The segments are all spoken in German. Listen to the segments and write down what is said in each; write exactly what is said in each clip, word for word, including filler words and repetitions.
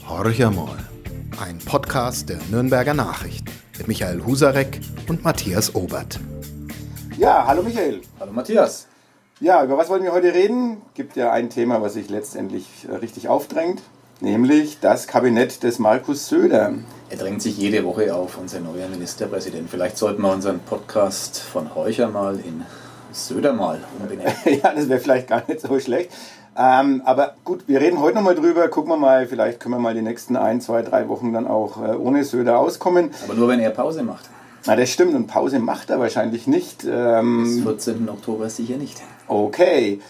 Horch einmal, ein Podcast der Nürnberger Nachrichten mit Michael Husarek und Matthias Obert. Ja, hallo Michael. Hallo Matthias. Ja, über was wollen wir heute reden? Gibt ja ein Thema, was sich letztendlich richtig aufdrängt, nämlich das Kabinett des Markus Söder. Er drängt sich jede Woche auf, unser neuer Ministerpräsident. Vielleicht sollten wir unseren Podcast von Horch einmal in Söder mal umbenennen. Ja, das wäre vielleicht gar nicht so schlecht. Ähm, aber gut, wir reden heute nochmal drüber. Gucken wir mal, vielleicht können wir mal die nächsten ein, zwei, drei Wochen dann auch äh, ohne Söder auskommen. Aber nur, wenn er Pause macht. Na, das stimmt, und Pause macht er wahrscheinlich nicht. Ähm, Bis vierzehnten Oktober sicher nicht. Okay,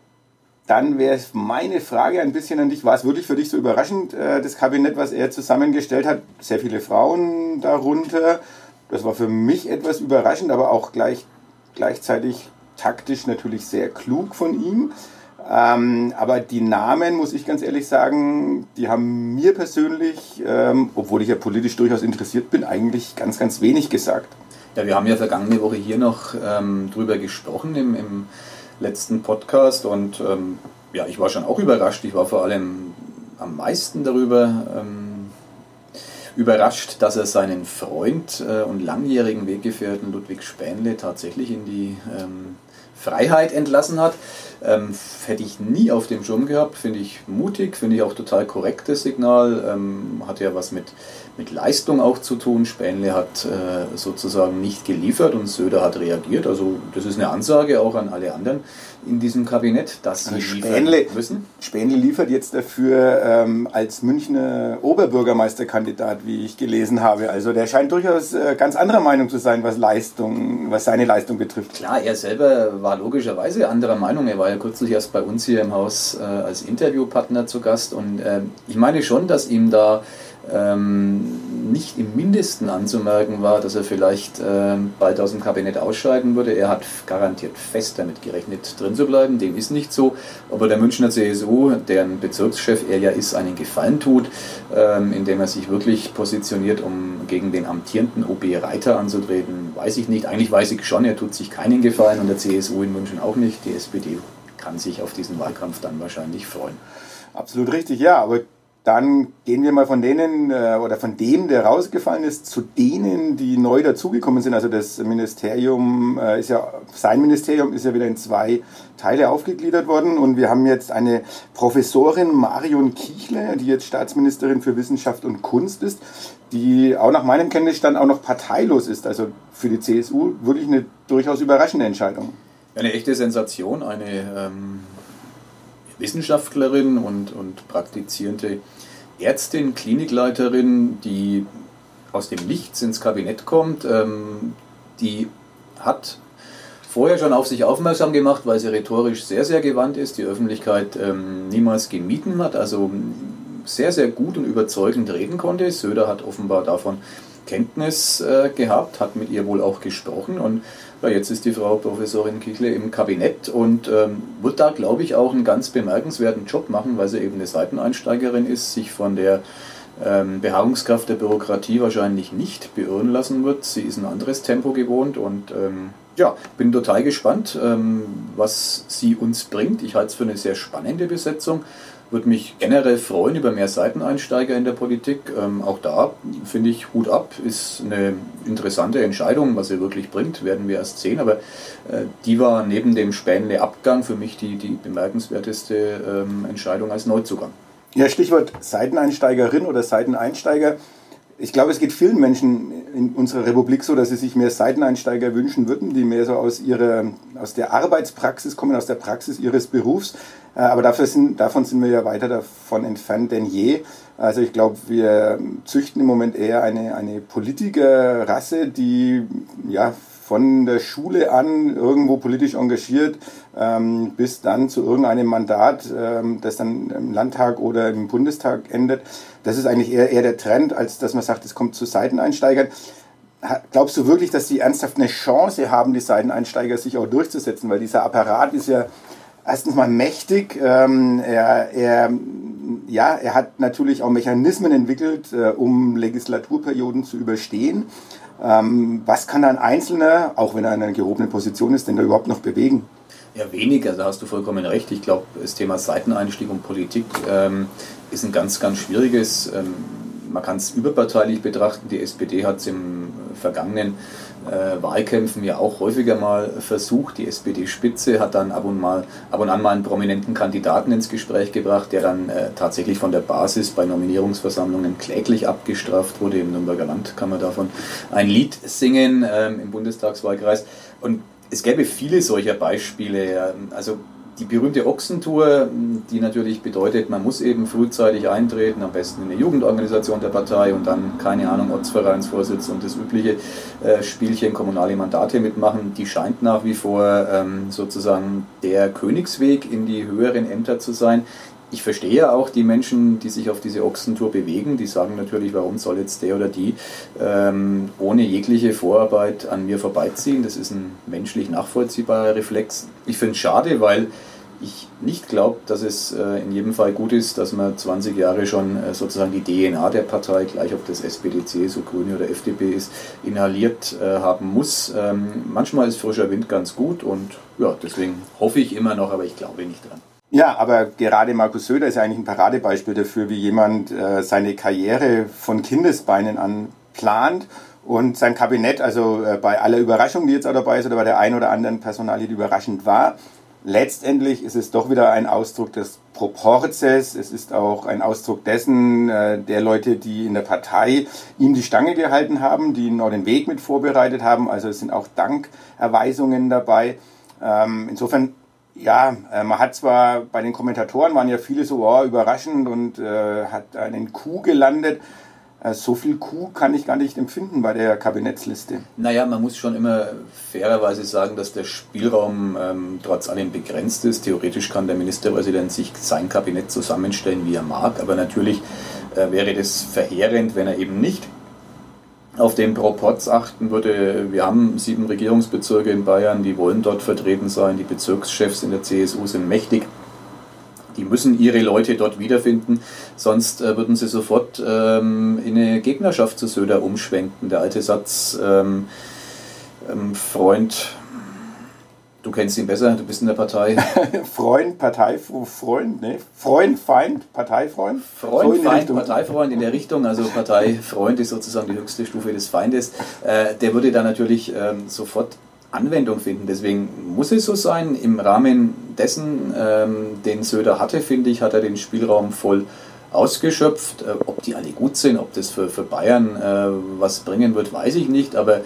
dann wäre meine Frage ein bisschen an dich. War es wirklich für dich so überraschend, äh, das Kabinett, was er zusammengestellt hat? Sehr viele Frauen darunter. Das war für mich etwas überraschend, aber auch gleich, gleichzeitig taktisch natürlich sehr klug von ihm. Ähm, aber die Namen, muss ich ganz ehrlich sagen, die haben mir persönlich, ähm, obwohl ich ja politisch durchaus interessiert bin, eigentlich ganz, ganz wenig gesagt. Ja, wir haben ja vergangene Woche hier noch ähm, drüber gesprochen im, im letzten Podcast und ähm, ja, ich war schon auch überrascht. Ich war vor allem am meisten darüber ähm, überrascht, dass er seinen Freund äh, und langjährigen Weggefährten Ludwig Spähnle tatsächlich in die ähm, Freiheit entlassen hat. Ähm, hätte ich nie auf dem Schirm gehabt, finde ich mutig, finde ich auch total korrektes Signal, ähm, hat ja was mit, mit Leistung auch zu tun. Spähnle hat äh, sozusagen nicht geliefert und Söder hat reagiert, also das ist eine Ansage auch an alle anderen in diesem Kabinett, dass sie Spähnle, liefern müssen. Spähnle liefert jetzt dafür ähm, als Münchner Oberbürgermeisterkandidat, wie ich gelesen habe. Also der scheint durchaus äh, ganz anderer Meinung zu sein, was Leistung, was seine Leistung betrifft. Klar, er selber war logischerweise anderer Meinung. Er war ja kürzlich erst bei uns hier im Haus äh, als Interviewpartner zu Gast und äh, ich meine schon, dass ihm da ähm, nicht im Mindesten anzumerken war, dass er vielleicht äh, bald aus dem Kabinett ausscheiden würde. Er hat garantiert fest damit gerechnet, drin zu bleiben. Dem ist nicht so. Aber der Münchner C S U, deren Bezirkschef er ja ist, einen Gefallen tut, ähm, indem er sich wirklich positioniert, um gegen den amtierenden O B Reiter anzutreten, weiß ich nicht. Eigentlich weiß ich schon, er tut sich keinen Gefallen und der C S U in München auch nicht. Die S P D kann sich auf diesen Wahlkampf dann wahrscheinlich freuen. Absolut richtig, ja, aber dann gehen wir mal von denen äh, oder von dem, der rausgefallen ist, zu denen, die neu dazugekommen sind. Also das Ministerium äh, ist ja, sein Ministerium ist ja wieder in zwei Teile aufgegliedert worden und wir haben jetzt eine Professorin Marion Kichle, die jetzt Staatsministerin für Wissenschaft und Kunst ist, die auch nach meinem Kenntnisstand auch noch parteilos ist. Also für die C S U wirklich eine durchaus überraschende Entscheidung. Eine echte Sensation, eine ähm, Wissenschaftlerin und, und praktizierende Ärztin, Klinikleiterin, die aus dem Nichts ins Kabinett kommt, ähm, die hat vorher schon auf sich aufmerksam gemacht, weil sie rhetorisch sehr, sehr gewandt ist, die Öffentlichkeit ähm, niemals gemieden hat, also sehr, sehr gut und überzeugend reden konnte. Söder hat offenbar davon Kenntnis äh, gehabt, hat mit ihr wohl auch gesprochen und ja, jetzt ist die Frau Professorin Kichle im Kabinett und ähm, wird da, glaube ich, auch einen ganz bemerkenswerten Job machen, weil sie eben eine Seiteneinsteigerin ist, sich von der ähm, Beharrungskraft der Bürokratie wahrscheinlich nicht beirren lassen wird. Sie ist ein anderes Tempo gewohnt und ähm, ja, bin total gespannt, ähm, was sie uns bringt. Ich halte es für eine sehr spannende Besetzung. Würde mich generell freuen über mehr Seiteneinsteiger in der Politik. Ähm, auch da finde ich Hut ab, ist eine interessante Entscheidung, was sie wirklich bringt, werden wir erst sehen. Aber äh, die war neben dem Spähnle-Abgang für mich die, die bemerkenswerteste ähm, Entscheidung als Neuzugang. Ja, Stichwort Seiteneinsteigerin oder Seiteneinsteiger. Ich glaube, es geht vielen Menschen in unserer Republik so, dass sie sich mehr Seiteneinsteiger wünschen würden, die mehr so aus ihrer, aus der Arbeitspraxis kommen, aus der Praxis ihres Berufs. Aber dafür sind, davon sind wir ja weiter davon entfernt denn je. Also ich glaube, wir züchten im Moment eher eine, eine Politikerrasse, die ja von der Schule an irgendwo politisch engagiert, ähm, bis dann zu irgendeinem Mandat, ähm, das dann im Landtag oder im Bundestag endet. Das ist eigentlich eher, eher der Trend, als dass man sagt, es kommt zu Seiteneinsteigern. Glaubst du wirklich, dass die ernsthaft eine Chance haben, die Seiteneinsteiger sich auch durchzusetzen? Weil dieser Apparat ist ja erstens mal mächtig. Ähm, er, er, ja, er hat natürlich auch Mechanismen entwickelt, äh, um Legislaturperioden zu überstehen. Ähm, was kann ein Einzelner, auch wenn er in einer gehobenen Position ist, denn da überhaupt noch bewegen? Ja, weniger, da hast du vollkommen recht. Ich glaube, das Thema Seiteneinstieg und Politik ähm, ist ein ganz, ganz schwieriges. Man kann es überparteilich betrachten. Die S P D hat es im vergangenen äh, Wahlkämpfen ja auch häufiger mal versucht. Die S P D-Spitze hat dann ab und, mal, ab und an mal einen prominenten Kandidaten ins Gespräch gebracht, der dann äh, tatsächlich von der Basis bei Nominierungsversammlungen kläglich abgestraft wurde. Im Nürnberger Land kann man davon ein Lied singen ähm, im Bundestagswahlkreis. Und es gäbe viele solcher Beispiele. Also die berühmte Ochsentour, die natürlich bedeutet, man muss eben frühzeitig eintreten, am besten in eine Jugendorganisation der Partei und dann, keine Ahnung, Ortsvereinsvorsitz und das übliche äh, Spielchen, kommunale Mandate mitmachen, die scheint nach wie vor ähm, sozusagen der Königsweg in die höheren Ämter zu sein. Ich verstehe auch die Menschen, die sich auf diese Ochsentour bewegen, die sagen natürlich, warum soll jetzt der oder die ähm, ohne jegliche Vorarbeit an mir vorbeiziehen. Das ist ein menschlich nachvollziehbarer Reflex. Ich finde es schade, weil ich nicht glaube, dass es äh, in jedem Fall gut ist, dass man zwanzig Jahre schon äh, sozusagen die D N A der Partei, gleich ob das S P D, C S U, Grüne oder F D P ist, inhaliert äh, haben muss. Ähm, manchmal ist frischer Wind ganz gut und ja, deswegen hoffe ich immer noch, aber ich glaube nicht dran. Ja, aber gerade Markus Söder ist ja eigentlich ein Paradebeispiel dafür, wie jemand äh, seine Karriere von Kindesbeinen an plant und sein Kabinett, also äh, bei aller Überraschung, die jetzt auch dabei ist oder bei der einen oder anderen Personalie, die überraschend war, letztendlich ist es doch wieder ein Ausdruck des Proporzes. Es ist auch ein Ausdruck dessen, äh, der Leute, die in der Partei ihm die Stange gehalten haben, die ihn auch den Weg mit vorbereitet haben. Also es sind auch Dankerweisungen dabei. Ähm, insofern Ja, äh, man hat zwar, bei den Kommentatoren waren ja viele so, oh, überraschend und äh, hat einen Coup gelandet. Äh, so viel Coup kann ich gar nicht empfinden bei der Kabinettsliste. Naja, man muss schon immer fairerweise sagen, dass der Spielraum ähm, trotz allem begrenzt ist. Theoretisch kann der Ministerpräsident sich sein Kabinett zusammenstellen, wie er mag, aber natürlich äh, wäre das verheerend, wenn er eben nicht auf den Proporz achten würde. Wir haben sieben Regierungsbezirke in Bayern, die wollen dort vertreten sein. Die Bezirkschefs in der C S U sind mächtig. Die müssen ihre Leute dort wiederfinden, sonst äh, würden sie sofort ähm, in eine Gegnerschaft zu Söder umschwenken. Der alte Satz, ähm, ähm, Freund, du kennst ihn besser, du bist in der Partei. Freund, Parteifreund, ne? Freund, Feind, Parteifreund? Freund, so Feind, Parteifreund in der Richtung, also Parteifreund ist sozusagen die höchste Stufe des Feindes. Äh, der würde da natürlich ähm, sofort Anwendung finden. Deswegen muss es so sein. Im Rahmen dessen, ähm, den Söder hatte, finde ich, hat er den Spielraum voll ausgeschöpft. Äh, ob die alle gut sind, ob das für, für Bayern äh, was bringen wird, weiß ich nicht, aber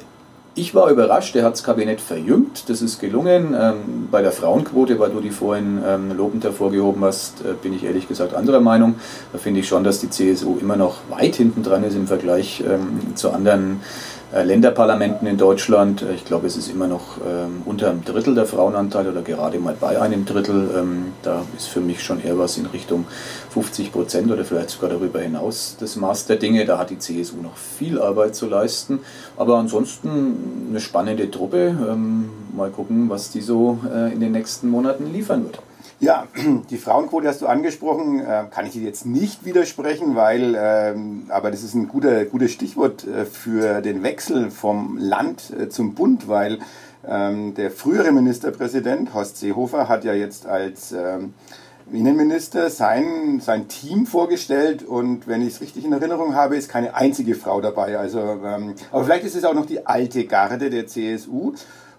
ich war überrascht, er hat das Kabinett verjüngt, das ist gelungen. Ähm, bei der Frauenquote, weil du die vorhin ähm, lobend hervorgehoben hast, äh, bin ich ehrlich gesagt anderer Meinung. Da finde ich schon, dass die C S U immer noch weit hinten dran ist im Vergleich ähm, zu anderen äh, Länderparlamenten in Deutschland. Ich glaube, es ist immer noch ähm, unter einem Drittel der Frauenanteil oder gerade mal bei einem Drittel. Ähm, da ist für mich schon eher was in Richtung fünfzig Prozent oder vielleicht sogar darüber hinaus das Maß der Dinge. Da hat die C S U noch viel Arbeit zu leisten. Aber ansonsten eine spannende Truppe. Ähm, mal gucken, was die so äh, in den nächsten Monaten liefern wird. Ja, die Frauenquote hast du angesprochen, äh, kann ich dir jetzt nicht widersprechen, weil, ähm, aber das ist ein guter, gutes Stichwort äh, für den Wechsel vom Land äh, zum Bund, weil ähm, der frühere Ministerpräsident Horst Seehofer hat ja jetzt als ähm, Innenminister sein, sein Team vorgestellt und wenn ich es richtig in Erinnerung habe, ist keine einzige Frau dabei. Also, ähm, aber vielleicht ist es auch noch die alte Garde der C S U.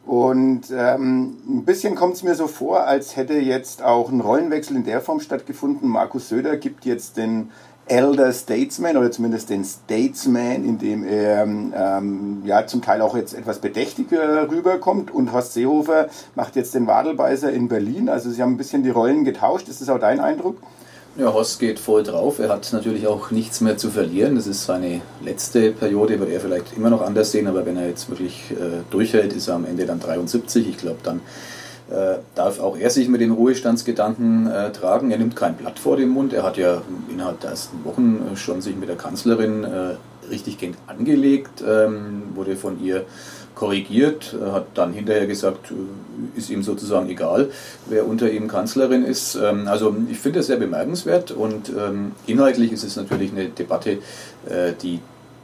Und ähm, ein bisschen kommt es mir so vor, als hätte jetzt auch ein Rollenwechsel in der Form stattgefunden. Markus Söder gibt jetzt den Elder Statesman oder zumindest den Statesman, indem er ähm, ja zum Teil auch jetzt etwas bedächtiger rüberkommt. Und Horst Seehofer macht jetzt den Wadelbeißer in Berlin. Also sie haben ein bisschen die Rollen getauscht. Ist das auch dein Eindruck? Ja, Horst geht voll drauf. Er hat natürlich auch nichts mehr zu verlieren. Das ist seine letzte Periode, wird er vielleicht immer noch anders sehen, aber wenn er jetzt wirklich äh, durchhält, ist er am Ende dann dreiundsiebzig. Ich glaube, dann äh, darf auch er sich mit den Ruhestandsgedanken äh, tragen. Er nimmt kein Blatt vor den Mund. Er hat ja innerhalb der ersten Wochen äh, schon sich mit der Kanzlerin äh, richtig gehend angelegt, ähm, wurde von ihr korrigiert, hat dann hinterher gesagt, ist ihm sozusagen egal, wer unter ihm Kanzlerin ist. Also ich finde das sehr bemerkenswert und inhaltlich ist es natürlich eine Debatte, die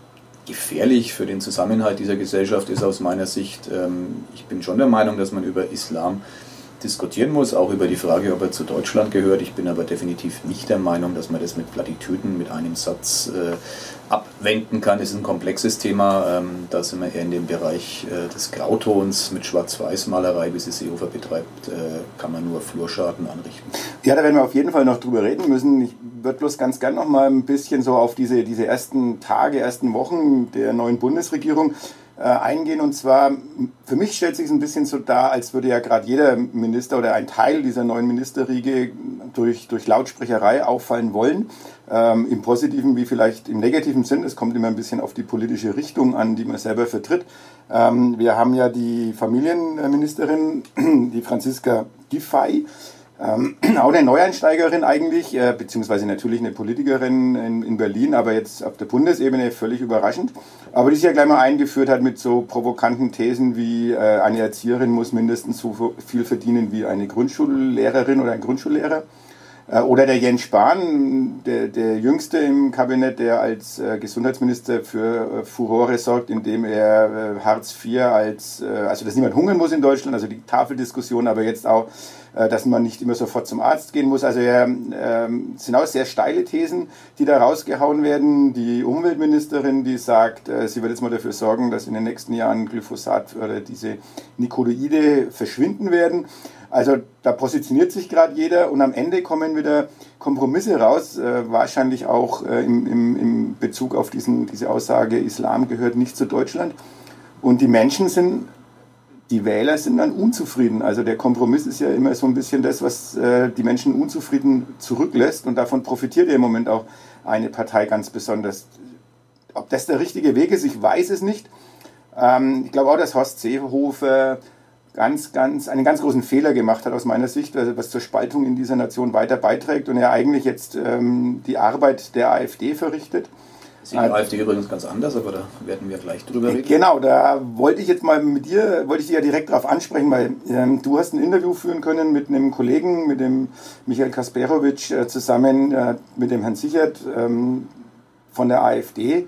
gefährlich für den Zusammenhalt dieser Gesellschaft ist aus meiner Sicht. Ich bin schon der Meinung, dass man über Islam diskutieren muss, auch über die Frage, ob er zu Deutschland gehört. Ich bin aber definitiv nicht der Meinung, dass man das mit Plattitüden, mit einem Satz äh, abwenden kann. Es ist ein komplexes Thema. Ähm, da sind wir eher in dem Bereich äh, des Grautons. Mit Schwarz-Weiß-Malerei, wie sie Seehofer betreibt, äh, kann man nur Flurschaden anrichten. Ja, da werden wir auf jeden Fall noch drüber reden müssen. Ich würde bloß ganz gern noch mal ein bisschen so auf diese, diese ersten Tage, ersten Wochen der neuen Bundesregierung eingehen. Und zwar, für mich stellt sich es ein bisschen so dar, als würde ja gerade jeder Minister oder ein Teil dieser neuen Ministerriege durch, durch Lautsprecherei auffallen wollen. Ähm, im positiven wie vielleicht im negativen Sinn. Es kommt immer ein bisschen auf die politische Richtung an, die man selber vertritt. Ähm, wir haben ja die Familienministerin, die Franziska Giffey, Ähm, auch eine Neueinsteigerin eigentlich, äh, beziehungsweise natürlich eine Politikerin in, in Berlin, aber jetzt auf der Bundesebene völlig überraschend. Aber die sich ja gleich mal eingeführt hat mit so provokanten Thesen wie äh, eine Erzieherin muss mindestens so viel verdienen wie eine Grundschullehrerin oder ein Grundschullehrer. Äh, oder der Jens Spahn, der, der Jüngste im Kabinett, der als äh, Gesundheitsminister für äh, Furore sorgt, indem er äh, Hartz vier als, äh, also dass niemand hungern muss in Deutschland, also die Tafeldiskussion, aber jetzt auch dass man nicht immer sofort zum Arzt gehen muss. Also ja, ähm, sind auch sehr steile Thesen, die da rausgehauen werden. Die Umweltministerin, die sagt, äh, sie wird jetzt mal dafür sorgen, dass in den nächsten Jahren Glyphosat oder diese Nikotinoide verschwinden werden. Also da positioniert sich gerade jeder und am Ende kommen wieder Kompromisse raus, äh, wahrscheinlich auch äh, im, im, im Bezug auf diesen, diese Aussage, Islam gehört nicht zu Deutschland. Und die Menschen sind Die Wähler sind dann unzufrieden. Also der Kompromiss ist ja immer so ein bisschen das, was äh, die Menschen unzufrieden zurücklässt. Und davon profitiert ja im Moment auch eine Partei ganz besonders. Ob das der richtige Weg ist, ich weiß es nicht. Ähm, ich glaube auch, dass Horst Seehofer ganz, ganz, einen ganz großen Fehler gemacht hat aus meiner Sicht, also was zur Spaltung in dieser Nation weiter beiträgt und er eigentlich jetzt ähm, die Arbeit der AfD verrichtet. Sieht die AfD übrigens ganz anders, aber da werden wir gleich drüber reden. Genau, da wollte ich jetzt mal mit dir, wollte ich dich ja direkt darauf ansprechen, weil ähm, du hast ein Interview führen können mit einem Kollegen, mit dem Michael Kasperowitsch äh, zusammen äh, mit dem Herrn Sichert ähm, von der AfD,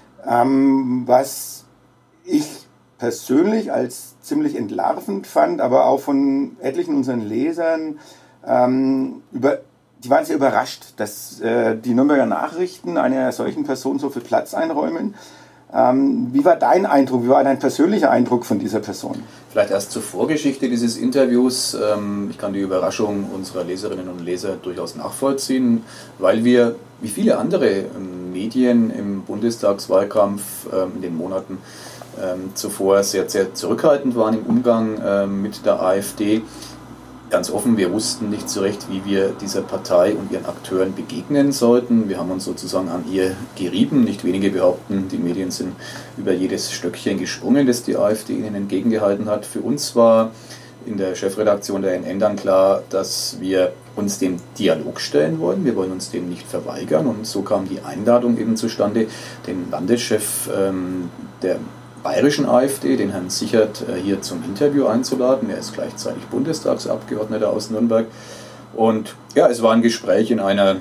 ähm, was ich persönlich als ziemlich entlarvend fand, aber auch von etlichen unseren Lesern ähm, über Die waren sehr überrascht, dass äh, die Nürnberger Nachrichten einer solchen Person so viel Platz einräumen. Ähm, wie war dein Eindruck, wie war dein persönlicher Eindruck von dieser Person? Vielleicht erst zur Vorgeschichte dieses Interviews. Ähm, ich kann die Überraschung unserer Leserinnen und Leser durchaus nachvollziehen, weil wir, wie viele andere ähm, Medien im Bundestagswahlkampf ähm, in den Monaten ähm, zuvor sehr, sehr zurückhaltend waren im Umgang ähm, mit der AfD. Ganz offen, wir wussten nicht so recht, wie wir dieser Partei und ihren Akteuren begegnen sollten. Wir haben uns sozusagen an ihr gerieben. Nicht wenige behaupten, die Medien sind über jedes Stöckchen gesprungen, das die AfD ihnen entgegengehalten hat. Für uns war in der Chefredaktion der N N dann klar, dass wir uns dem Dialog stellen wollen. Wir wollen uns dem nicht verweigern. Und so kam die Einladung eben zustande, den Landeschef ähm, der bayerischen AfD, den Herrn Sichert, hier zum Interview einzuladen. Er ist gleichzeitig Bundestagsabgeordneter aus Nürnberg. Und ja, es war ein Gespräch in einer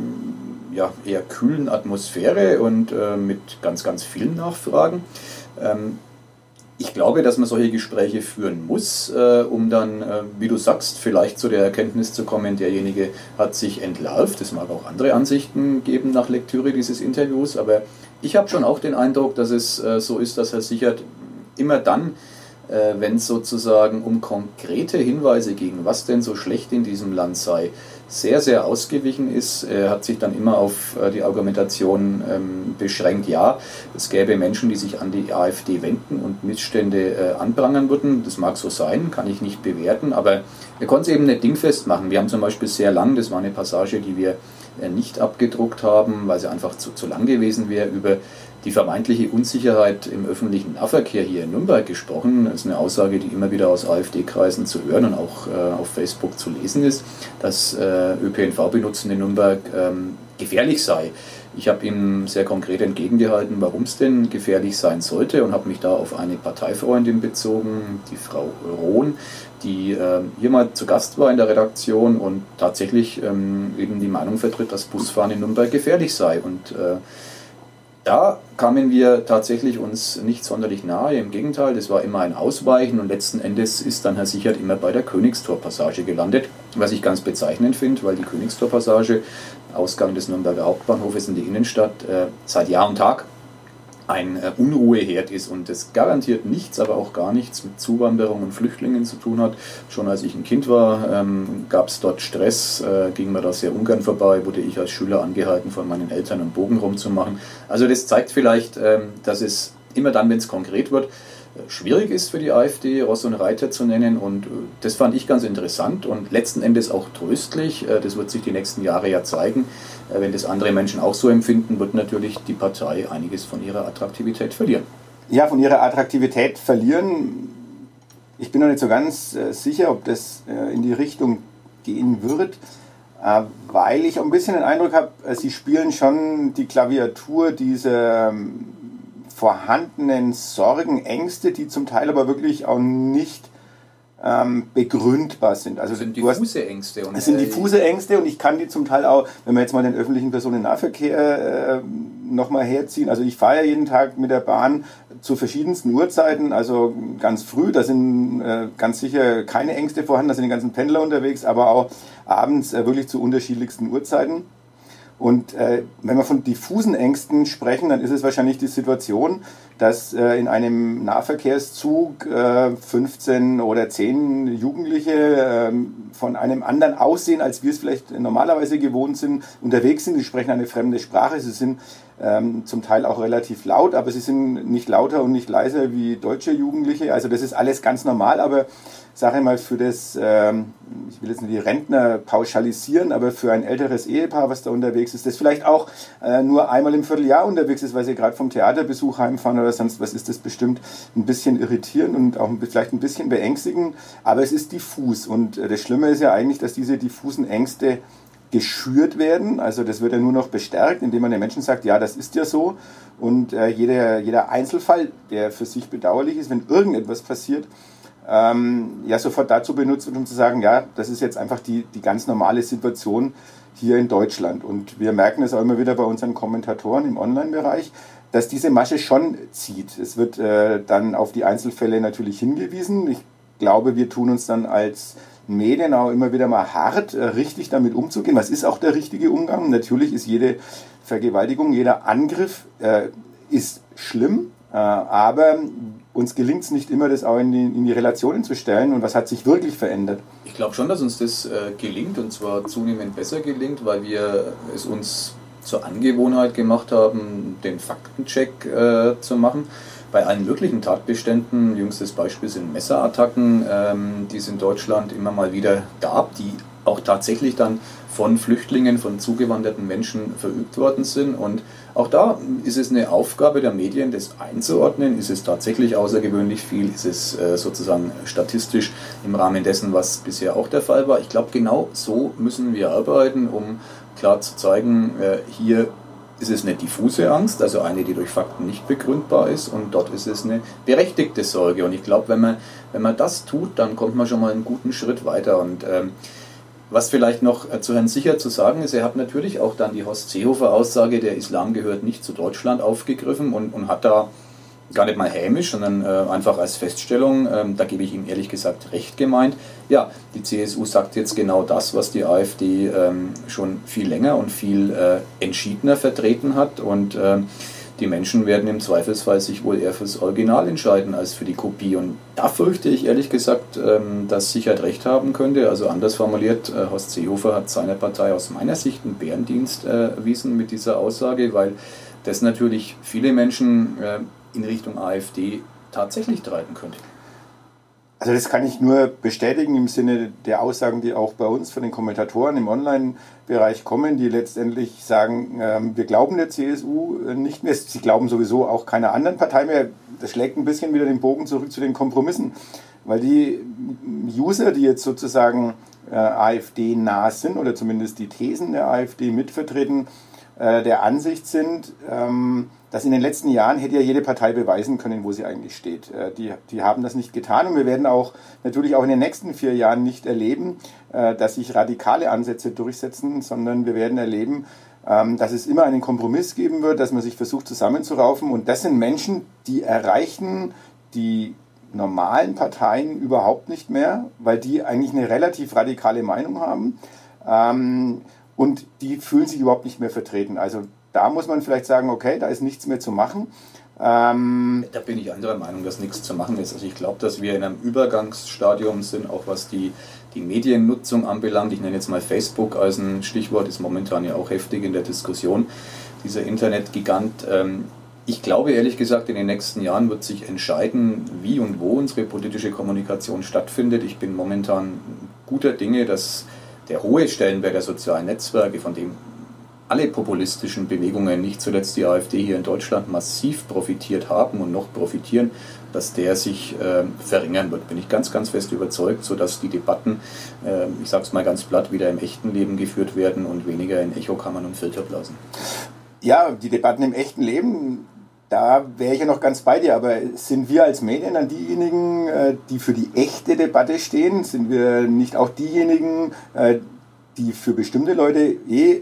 ja, eher kühlen Atmosphäre und äh, mit ganz, ganz vielen Nachfragen. Ähm, ich glaube, dass man solche Gespräche führen muss, äh, um dann, äh, wie du sagst, vielleicht zu der Erkenntnis zu kommen, derjenige hat sich entlarvt. Es mag auch andere Ansichten geben nach Lektüre dieses Interviews, aber ich habe schon auch den Eindruck, dass es äh, so ist, dass Herr Sichert immer dann, äh, wenn es sozusagen um konkrete Hinweise gegen was denn so schlecht in diesem Land sei, sehr, sehr ausgewichen ist. Er hat sich dann immer auf äh, die Argumentation ähm, beschränkt, ja, es gäbe Menschen, die sich an die AfD wenden und Missstände äh, anprangern würden. Das mag so sein, kann ich nicht bewerten, aber er konnte es eben nicht dingfest machen. Wir haben zum Beispiel sehr lang, das war eine Passage, die wir äh, nicht abgedruckt haben, weil sie einfach zu, zu lang gewesen wäre, über die vermeintliche Unsicherheit im öffentlichen Nahverkehr hier in Nürnberg gesprochen. Das ist eine Aussage, die immer wieder aus AfD-Kreisen zu hören und auch äh, auf Facebook zu lesen ist, dass äh, ÖPNV-Benutzen in Nürnberg ähm, gefährlich sei. Ich habe ihm sehr konkret entgegengehalten, warum es denn gefährlich sein sollte und habe mich da auf eine Parteifreundin bezogen, die Frau Rohn, die äh, hier mal zu Gast war in der Redaktion und tatsächlich ähm, eben die Meinung vertritt, dass Busfahren in Nürnberg gefährlich sei. Und äh, Da kamen wir tatsächlich uns nicht sonderlich nahe, im Gegenteil, das war immer ein Ausweichen und letzten Endes ist dann Herr Sichert immer bei der Königstorpassage gelandet, was ich ganz bezeichnend finde, weil die Königstorpassage, Ausgang des Nürnberger Hauptbahnhofes in die Innenstadt, äh, seit Jahr und Tag ein äh, Unruheherd ist und das garantiert nichts, aber auch gar nichts mit Zuwanderung und Flüchtlingen zu tun hat. Schon als ich ein Kind war, ähm, gab es dort Stress, äh, ging mir da sehr ungern vorbei, wurde ich als Schüler angehalten, von meinen Eltern einen Bogen rumzumachen. Also das zeigt vielleicht, ähm, dass es immer dann, wenn es konkret wird, schwierig ist für die AfD, Ross und Reiter zu nennen und das fand ich ganz interessant und letzten Endes auch tröstlich. Das wird sich die nächsten Jahre ja zeigen. Wenn das andere Menschen auch so empfinden, wird natürlich die Partei einiges von ihrer Attraktivität verlieren. Ja, von ihrer Attraktivität verlieren. Ich bin noch nicht so ganz sicher, ob das in die Richtung gehen wird, weil ich auch ein bisschen den Eindruck habe, sie spielen schon die Klaviatur dieser vorhandenen Sorgen, Ängste, die zum Teil aber wirklich auch nicht ähm, begründbar sind. Also das sind diffuse hast, Ängste. Und es sind diffuse Ängste und ich kann die zum Teil auch, wenn wir jetzt mal den öffentlichen Personennahverkehr äh, nochmal herziehen, also ich fahre ja jeden Tag mit der Bahn zu verschiedensten Uhrzeiten, also ganz früh, da sind äh, ganz sicher keine Ängste vorhanden, da sind die ganzen Pendler unterwegs, aber auch abends äh, wirklich zu unterschiedlichsten Uhrzeiten. Und äh, wenn wir von diffusen Ängsten sprechen, dann ist es wahrscheinlich die Situation, dass äh, in einem Nahverkehrszug äh, fünfzehn oder zehn Jugendliche äh, von einem anderen Aussehen, als wir es vielleicht normalerweise gewohnt sind, unterwegs sind. Sie sprechen eine fremde Sprache, sie sind ähm, zum Teil auch relativ laut, aber sie sind nicht lauter und nicht leiser wie deutsche Jugendliche. Also das ist alles ganz normal, aber sage ich mal, für das, ähm, ich will jetzt nicht die Rentner pauschalisieren, aber für ein älteres Ehepaar, was da unterwegs ist, das vielleicht auch äh, nur einmal im Vierteljahr unterwegs ist, weil sie gerade vom Theaterbesuch heimfahren oder sonst was, ist das bestimmt ein bisschen irritierend und auch vielleicht ein bisschen beängstigend, aber es ist diffus und äh, das Schlimme ist ja eigentlich, dass diese diffusen Ängste geschürt werden, also das wird ja nur noch bestärkt, indem man den Menschen sagt, ja, das ist ja so und äh, jeder, jeder Einzelfall, der für sich bedauerlich ist, wenn irgendetwas passiert, Ähm, ja, sofort dazu benutzt wird, um zu sagen, ja, das ist jetzt einfach die, die ganz normale Situation hier in Deutschland. Und wir merken es auch immer wieder bei unseren Kommentatoren im Online-Bereich, dass diese Masche schon zieht. Es wird äh, dann auf die Einzelfälle natürlich hingewiesen. Ich glaube, wir tun uns dann als Medien auch immer wieder mal hart, äh, richtig damit umzugehen. Was ist auch der richtige Umgang? Natürlich ist jede Vergewaltigung, jeder Angriff äh, ist schlimm, äh, aber uns gelingt es nicht immer, das auch in die, in die Relationen zu stellen. Und was hat sich wirklich verändert? Ich glaube schon, dass uns das äh, gelingt und zwar zunehmend besser gelingt, weil wir es uns zur Angewohnheit gemacht haben, den Faktencheck äh, zu machen. Bei allen möglichen Tatbeständen, jüngstes Beispiel sind Messerattacken, ähm, die es in Deutschland immer mal wieder gab, die auch tatsächlich dann von Flüchtlingen, von zugewanderten Menschen verübt worden sind. Und auch da ist es eine Aufgabe der Medien, das einzuordnen. Ist es tatsächlich außergewöhnlich viel? Ist es äh, sozusagen statistisch im Rahmen dessen, was bisher auch der Fall war? Ich glaube, genau so müssen wir arbeiten, um klar zu zeigen, äh, hier ist es eine diffuse Angst, also eine, die durch Fakten nicht begründbar ist, und dort ist es eine berechtigte Sorge. Und ich glaube, wenn man, wenn man das tut, dann kommt man schon mal einen guten Schritt weiter. Und ähm, was vielleicht noch zu Herrn Sichert zu sagen ist, er hat natürlich auch dann die Horst Seehofer Aussage, der Islam gehört nicht zu Deutschland, aufgegriffen und, und hat da gar nicht mal hämisch, sondern äh, einfach als Feststellung, ähm, da gebe ich ihm ehrlich gesagt recht gemeint, ja, die C S U sagt jetzt genau das, was die AfD ähm, schon viel länger und viel äh, entschiedener vertreten hat, und äh, die Menschen werden im Zweifelsfall sich wohl eher fürs Original entscheiden als für die Kopie. Und da fürchte ich ehrlich gesagt, ähm, dass Sichert recht haben könnte. Also anders formuliert, äh, Horst Seehofer hat seiner Partei aus meiner Sicht einen Bärendienst äh, erwiesen mit dieser Aussage, weil das natürlich viele Menschen äh, in Richtung AfD tatsächlich treiben könnte. Also das kann ich nur bestätigen im Sinne der Aussagen, die auch bei uns von den Kommentatoren im Online-Bereich kommen, die letztendlich sagen, ähm, wir glauben der C S U nicht mehr, sie glauben sowieso auch keiner anderen Partei mehr. Das schlägt ein bisschen wieder den Bogen zurück zu den Kompromissen, weil die User, die jetzt sozusagen äh, AfD-nah sind oder zumindest die Thesen der AfD mitvertreten, äh, der Ansicht sind, ähm, dass in den letzten Jahren hätte ja jede Partei beweisen können, wo sie eigentlich steht. Die, die haben das nicht getan, und wir werden auch natürlich auch in den nächsten vier Jahren nicht erleben, dass sich radikale Ansätze durchsetzen, sondern wir werden erleben, ähm, dass es immer einen Kompromiss geben wird, dass man sich versucht zusammenzuraufen. Und das sind Menschen, die erreichen die normalen Parteien überhaupt nicht mehr, weil die eigentlich eine relativ radikale Meinung haben. Ähm, und die fühlen sich überhaupt nicht mehr vertreten. Also da muss man vielleicht sagen, okay, da ist nichts mehr zu machen. Ähm da bin ich anderer Meinung, dass nichts zu machen ist. Also ich glaube, dass wir in einem Übergangsstadium sind, auch was die, die Mediennutzung anbelangt. Ich nenne jetzt mal Facebook als ein Stichwort, ist momentan ja auch heftig in der Diskussion, dieser Internetgigant. Ähm, ich glaube ehrlich gesagt, in den nächsten Jahren wird sich entscheiden, wie und wo unsere politische Kommunikation stattfindet. Ich bin momentan guter Dinge, dass der hohe Stellenwert der sozialen Netzwerke, von dem alle populistischen Bewegungen, nicht zuletzt die AfD hier in Deutschland, massiv profitiert haben und noch profitieren, dass der sich äh, verringern wird. Bin ich ganz, ganz fest überzeugt, sodass die Debatten, äh, ich sage es mal ganz platt, wieder im echten Leben geführt werden und weniger in Echokammern und Filterblasen. Ja, die Debatten im echten Leben, da wäre ich ja noch ganz bei dir, aber sind wir als Medien dann diejenigen, äh, die für die echte Debatte stehen? Sind wir nicht auch diejenigen, äh, die für bestimmte Leute eh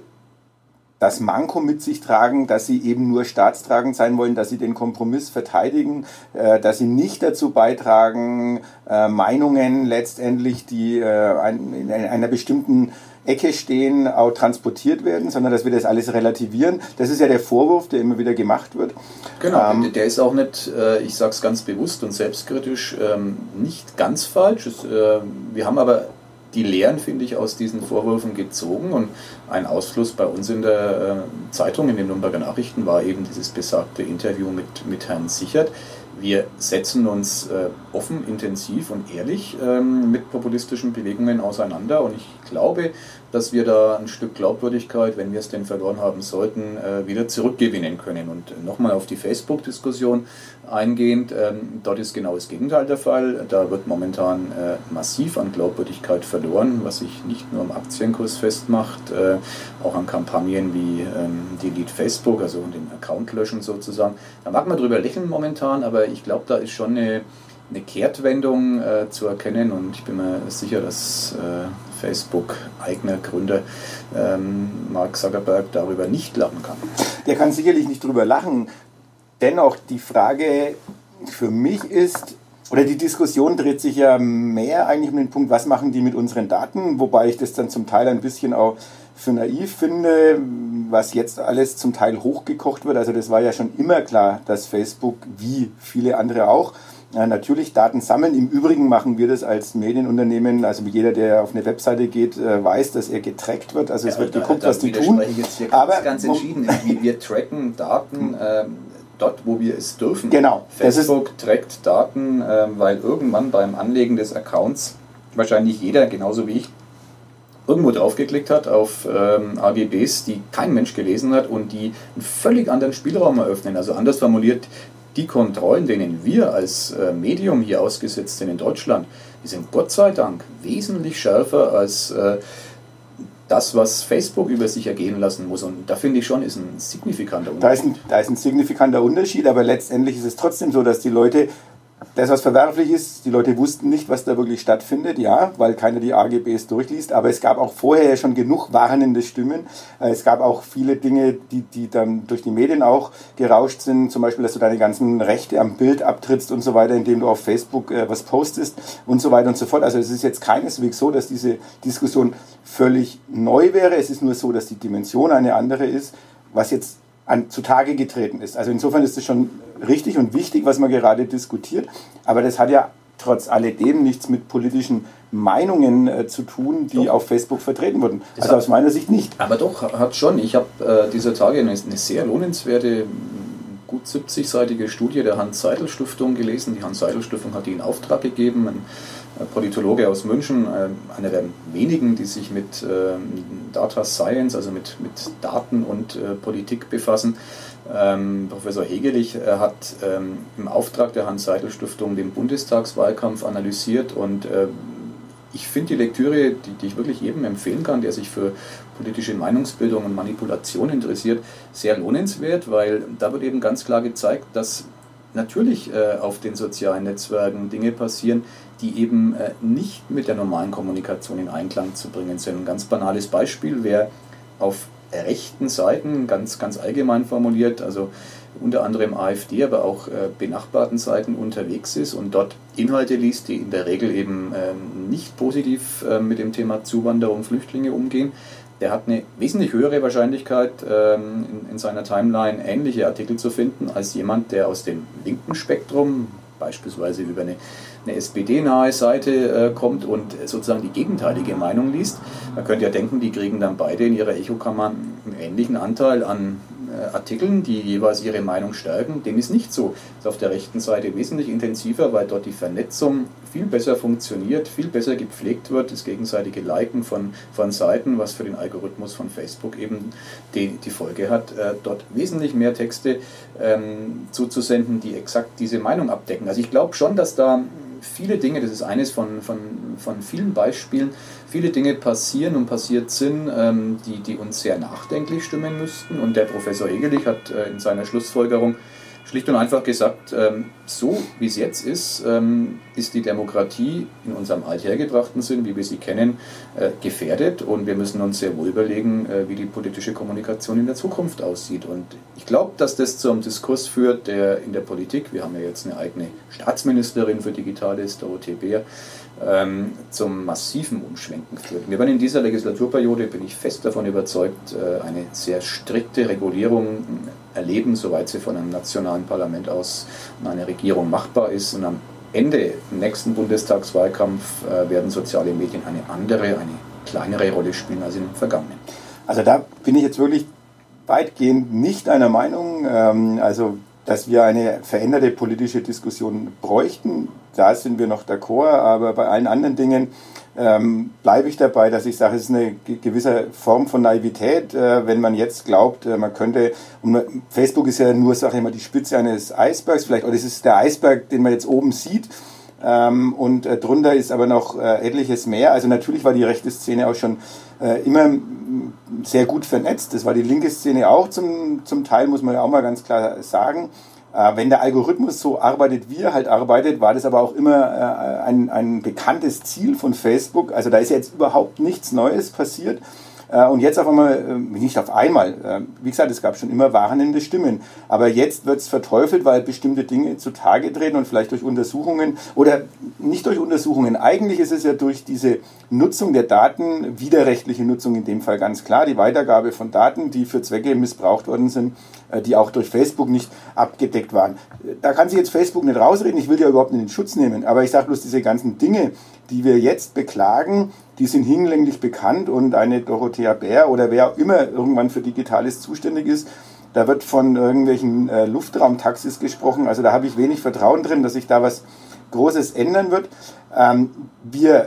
das Manko mit sich tragen, dass sie eben nur staatstragend sein wollen, dass sie den Kompromiss verteidigen, äh, dass sie nicht dazu beitragen, äh, Meinungen letztendlich, die äh, ein, in einer bestimmten Ecke stehen, auch transportiert werden, sondern dass wir das alles relativieren. Das ist ja der Vorwurf, der immer wieder gemacht wird. Genau, ähm, der ist auch nicht, äh, ich sage es ganz bewusst und selbstkritisch, ähm, nicht ganz falsch. Es, äh, wir haben aber die Lehren, finde ich, aus diesen Vorwürfen gezogen, und ein Ausfluss bei uns in der äh, Zeitung, in den Nürnberger Nachrichten, war eben dieses besagte Interview mit, mit Herrn Sichert. Wir setzen uns äh, offen, intensiv und ehrlich ähm, mit populistischen Bewegungen auseinander, und ich glaube, dass wir da ein Stück Glaubwürdigkeit, wenn wir es denn verloren haben sollten, äh, wieder zurückgewinnen können. Und nochmal auf die Facebook-Diskussion eingehend, ähm, dort ist genau das Gegenteil der Fall. Da wird momentan äh, massiv an Glaubwürdigkeit verloren, was sich nicht nur am Aktienkurs festmacht, äh, auch an Kampagnen wie ähm, Delete Facebook, also den Account löschen sozusagen. Da mag man drüber lächeln momentan, aber ich glaube, da ist schon eine, eine Kehrtwendung äh, zu erkennen, und ich bin mir sicher, dass äh, Facebook-eigener Gründer ähm, Mark Zuckerberg darüber nicht lachen kann. Der kann sicherlich nicht drüber lachen. Dennoch, die Frage für mich ist, oder die Diskussion dreht sich ja mehr eigentlich um den Punkt, was machen die mit unseren Daten, wobei ich das dann zum Teil ein bisschen auch für naiv finde, was jetzt alles zum Teil hochgekocht wird. Also das war ja schon immer klar, dass Facebook, wie viele andere auch, ja, natürlich Daten sammeln. Im Übrigen machen wir das als Medienunternehmen, also jeder, der auf eine Webseite geht, weiß, dass er getrackt wird. Also es ja, wird geguckt, da, da was die tun. Ich jetzt hier Aber ganz, ganz entschieden, wir tracken Daten ähm, dort, wo wir es dürfen. Genau. Facebook trackt Daten, ähm, weil irgendwann beim Anlegen des Accounts wahrscheinlich jeder, genauso wie ich, irgendwo draufgeklickt hat auf ähm, A G Bs, die kein Mensch gelesen hat und die einen völlig anderen Spielraum eröffnen. Also anders formuliert, die Kontrollen, denen wir als äh, Medium hier ausgesetzt sind in Deutschland, die sind Gott sei Dank wesentlich schärfer als äh, das, was Facebook über sich ergehen lassen muss. Und da finde ich schon, ist ein signifikanter Unterschied. Da ist ein, da ist ein signifikanter Unterschied, aber letztendlich ist es trotzdem so, dass die Leute, das was verwerflich ist, die Leute wussten nicht, was da wirklich stattfindet, ja, weil keiner die A G Bs durchliest, aber es gab auch vorher ja schon genug warnende Stimmen. Es gab auch viele Dinge, die, die dann durch die Medien auch gerauscht sind, zum Beispiel, dass du deine ganzen Rechte am Bild abtrittst und so weiter, indem du auf Facebook äh, was postest und so weiter und so fort. Also es ist jetzt keineswegs so, dass diese Diskussion völlig neu wäre. Es ist nur so, dass die Dimension eine andere ist, was jetzt an, zutage getreten ist. Also insofern ist es schon richtig und wichtig, was man gerade diskutiert, aber das hat ja trotz alledem nichts mit politischen Meinungen äh, zu tun, die doch auf Facebook vertreten wurden. Das also aus meiner Sicht nicht. Aber doch, hat schon. Ich habe äh, dieser Tage eine, eine sehr lohnenswerte, gut siebzig-seitige Studie der Hans-Seidel-Stiftung gelesen. Die Hans-Seidel-Stiftung hat die in Auftrag gegeben. Ein Politologe aus München, einer der wenigen, die sich mit Data Science, also mit, mit Daten und Politik befassen. Professor Hegelich hat im Auftrag der Hans-Seidel-Stiftung den Bundestagswahlkampf analysiert, und ich finde die Lektüre, die, die ich wirklich jedem empfehlen kann, der sich für politische Meinungsbildung und Manipulation interessiert, sehr lohnenswert, weil da wird eben ganz klar gezeigt, dass natürlich äh, auf den sozialen Netzwerken Dinge passieren, die eben äh, nicht mit der normalen Kommunikation in Einklang zu bringen sind. Ein ganz banales Beispiel: Wer auf rechten Seiten, ganz, ganz allgemein formuliert, also unter anderem AfD, aber auch äh, benachbarten Seiten unterwegs ist und dort Inhalte liest, die in der Regel eben ähm, nicht positiv äh, mit dem Thema Zuwanderung, Flüchtlinge umgehen, der hat eine wesentlich höhere Wahrscheinlichkeit, ähm, in, in seiner Timeline ähnliche Artikel zu finden, als jemand, der aus dem linken Spektrum, beispielsweise über eine, eine S P D-nahe Seite äh, kommt und sozusagen die gegenteilige Meinung liest. Man könnte ja denken, die kriegen dann beide in ihrer Echokammer einen ähnlichen Anteil an Artikeln, die jeweils ihre Meinung stärken. Dem ist nicht so. Das ist auf der rechten Seite wesentlich intensiver, weil dort die Vernetzung viel besser funktioniert, viel besser gepflegt wird, das gegenseitige Liken von, von Seiten, was für den Algorithmus von Facebook eben die, die Folge hat, äh, dort wesentlich mehr Texte ähm, zuzusenden, die exakt diese Meinung abdecken. Also ich glaube schon, dass da viele Dinge, das ist eines von, von, von vielen Beispielen, viele Dinge passieren und passiert sind, ähm, die, die uns sehr nachdenklich stimmen müssten. Und der Professor Egelich hat äh, in seiner Schlussfolgerung schlicht und einfach gesagt, ähm, so wie es jetzt ist, ähm, ist die Demokratie in unserem althergebrachten Sinn, wie wir sie kennen, äh, gefährdet. Und wir müssen uns sehr wohl überlegen, äh, wie die politische Kommunikation in der Zukunft aussieht. Und ich glaube, dass das zum Diskurs führt, der in der Politik, wir haben ja jetzt eine eigene Staatsministerin für Digitales, Dorothee Bär, ähm, zum massiven Umschwenken führt. Wir werden in dieser Legislaturperiode, bin ich fest davon überzeugt, äh, eine sehr strikte Regulierung erleben, soweit sie von einem nationalen Parlament aus an eine Regierung machbar ist. Und am Ende im nächsten Bundestagswahlkampf äh, werden soziale Medien eine andere, eine kleinere Rolle spielen als im vergangenen. Also da bin ich jetzt wirklich weitgehend nicht einer Meinung, ähm, also dass wir eine veränderte politische Diskussion bräuchten. Da sind wir noch d'accord, aber bei allen anderen Dingen ähm, bleibe ich dabei, dass ich sage, es ist eine gewisse Form von Naivität, äh, wenn man jetzt glaubt, äh, man könnte, und Facebook ist ja nur, sage ich mal, die Spitze eines Eisbergs vielleicht, oder es ist der Eisberg, den man jetzt oben sieht, ähm, und äh, drunter ist aber noch äh, etliches mehr. Also natürlich war die rechte Szene auch schon äh, immer sehr gut vernetzt, das war die linke Szene auch zum, zum Teil, muss man ja auch mal ganz klar sagen. Wenn der Algorithmus so arbeitet, wie er halt arbeitet, war das aber auch immer ein, ein bekanntes Ziel von Facebook. Also da ist jetzt überhaupt nichts Neues passiert. Und jetzt auf einmal, nicht auf einmal, wie gesagt, es gab schon immer warnende Stimmen. Aber jetzt wird es verteufelt, weil bestimmte Dinge zutage treten und vielleicht durch Untersuchungen oder nicht durch Untersuchungen. Eigentlich ist es ja durch diese Nutzung der Daten, widerrechtliche Nutzung in dem Fall ganz klar, die Weitergabe von Daten, die für Zwecke missbraucht worden sind, die auch durch Facebook nicht abgedeckt waren. Da kann sich jetzt Facebook nicht rausreden, ich will ja überhaupt nicht in den Schutz nehmen, aber ich sage bloß, diese ganzen Dinge, die wir jetzt beklagen, die sind hinlänglich bekannt und eine Dorothea Bär oder wer auch immer irgendwann für Digitales zuständig ist, da wird von irgendwelchen äh, Luftraumtaxis gesprochen, also da habe ich wenig Vertrauen drin, dass sich da was Großes ändern wird. Ähm, wir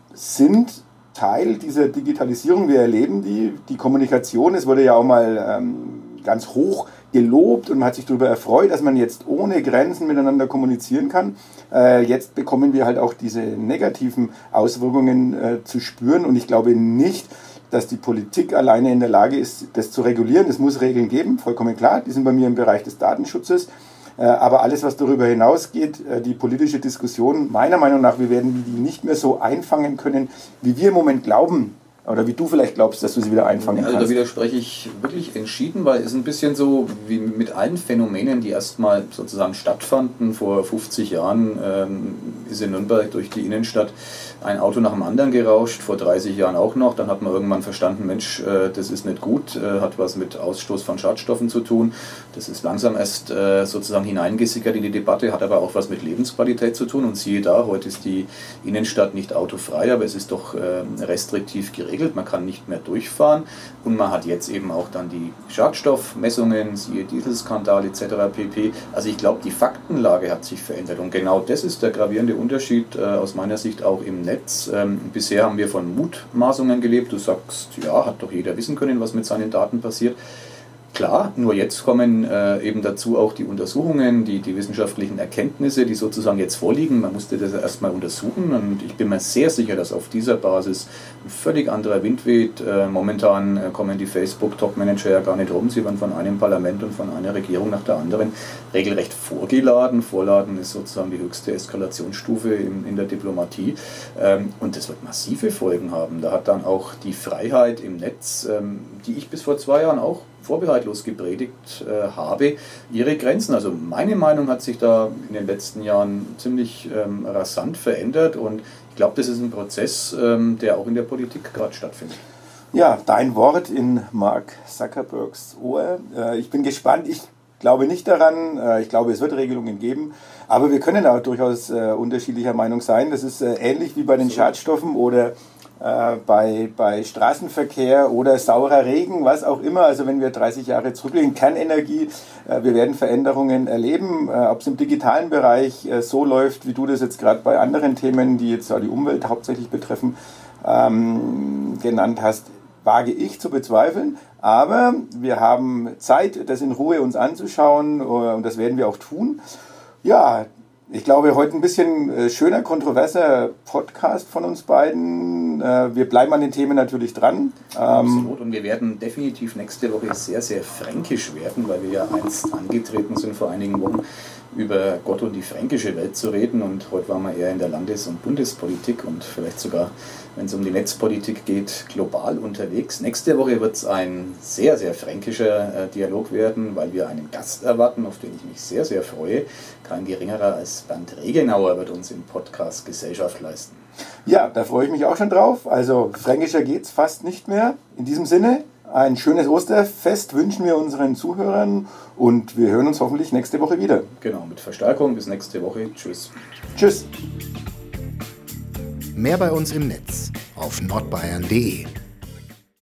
sind Teil dieser Digitalisierung, wir erleben die, die Kommunikation, es wurde ja auch mal ähm, ganz hoch gelobt und man hat sich darüber erfreut, dass man jetzt ohne Grenzen miteinander kommunizieren kann. Äh, jetzt bekommen wir halt auch diese negativen Auswirkungen äh, zu spüren und ich glaube nicht, dass die Politik alleine in der Lage ist, das zu regulieren. Es muss Regeln geben, vollkommen klar, die sind bei mir im Bereich des Datenschutzes. Äh, aber alles, was darüber hinausgeht, äh, die politische Diskussion, meiner Meinung nach, wir werden die nicht mehr so einfangen können, wie wir im Moment glauben, oder wie du vielleicht glaubst, dass du sie wieder einfangen also kannst. Da widerspreche ich wirklich entschieden, weil es ist ein bisschen so wie mit allen Phänomenen, die erstmal sozusagen stattfanden. Vor fünfzig Jahren ähm, ist in Nürnberg durch die Innenstadt ein Auto nach dem anderen gerauscht, vor dreißig Jahren auch noch. Dann hat man irgendwann verstanden, Mensch, äh, das ist nicht gut, äh, hat was mit Ausstoß von Schadstoffen zu tun. Das ist langsam erst äh, sozusagen hineingesickert in die Debatte, hat aber auch was mit Lebensqualität zu tun. Und siehe da, heute ist die Innenstadt nicht autofrei, aber es ist doch äh, restriktiv geregelt. Man kann nicht mehr durchfahren und man hat jetzt eben auch dann die Schadstoffmessungen, siehe Dieselskandal et cetera pp. Also ich glaube, die Faktenlage hat sich verändert und genau das ist der gravierende Unterschied äh, aus meiner Sicht auch im Netz. Ähm, bisher haben wir von Mutmaßungen gelebt. Du sagst, ja, hat doch jeder wissen können, was mit seinen Daten passiert. Klar, nur jetzt kommen äh, eben dazu auch die Untersuchungen, die, die wissenschaftlichen Erkenntnisse, die sozusagen jetzt vorliegen. Man musste das erstmal untersuchen und ich bin mir sehr sicher, dass auf dieser Basis ein völlig anderer Wind weht. Äh, momentan äh, kommen die Facebook-Top-Manager ja gar nicht rum. Sie werden von einem Parlament und von einer Regierung nach der anderen regelrecht vorgeladen. Vorladen ist sozusagen die höchste Eskalationsstufe in, in der Diplomatie ähm, und das wird massive Folgen haben. Da hat dann auch die Freiheit im Netz, ähm, die ich bis vor zwei Jahren auch vorbehaltlos gepredigt äh, habe, ihre Grenzen. Also meine Meinung hat sich da in den letzten Jahren ziemlich ähm, rasant verändert und ich glaube, das ist ein Prozess, ähm, der auch in der Politik gerade stattfindet. Ja, dein Wort in Mark Zuckerbergs Ohr. Äh, ich bin gespannt. Ich glaube nicht daran. Äh, ich glaube, es wird Regelungen geben. Aber wir können auch durchaus äh, unterschiedlicher Meinung sein. Das ist äh, ähnlich wie bei den Schadstoffen oder Äh, bei, bei Straßenverkehr oder saurer Regen, was auch immer. Also wenn wir dreißig Jahre zurückblicken, Kernenergie, äh, wir werden Veränderungen erleben. Äh, ob es im digitalen Bereich äh, so läuft, wie du das jetzt gerade bei anderen Themen, die jetzt auch die Umwelt hauptsächlich betreffen, ähm, genannt hast, wage ich zu bezweifeln. Aber wir haben Zeit, das in Ruhe uns anzuschauen äh, und das werden wir auch tun. Ja, ich glaube, heute ein bisschen äh, schöner, kontroverser Podcast von uns beiden. Äh, wir bleiben an den Themen natürlich dran. Ähm Absolut. Und wir werden definitiv nächste Woche sehr, sehr fränkisch werden, weil wir ja einst angetreten sind vor einigen Wochen, über Gott und die fränkische Welt zu reden. Und heute waren wir eher in der Landes- und Bundespolitik und vielleicht sogar, wenn es um die Netzpolitik geht, global unterwegs. Nächste Woche wird es ein sehr, sehr fränkischer äh, Dialog werden, weil wir einen Gast erwarten, auf den ich mich sehr, sehr freue. Kein geringerer als Bernd Regenauer wird uns im Podcast Gesellschaft leisten. Ja, da freue ich mich auch schon drauf. Also fränkischer geht's fast nicht mehr. In diesem Sinne, ein schönes Osterfest wünschen wir unseren Zuhörern und wir hören uns hoffentlich nächste Woche wieder. Genau, mit Verstärkung. Bis nächste Woche. Tschüss. Tschüss. Mehr bei uns im Netz auf nordbayern punkt de.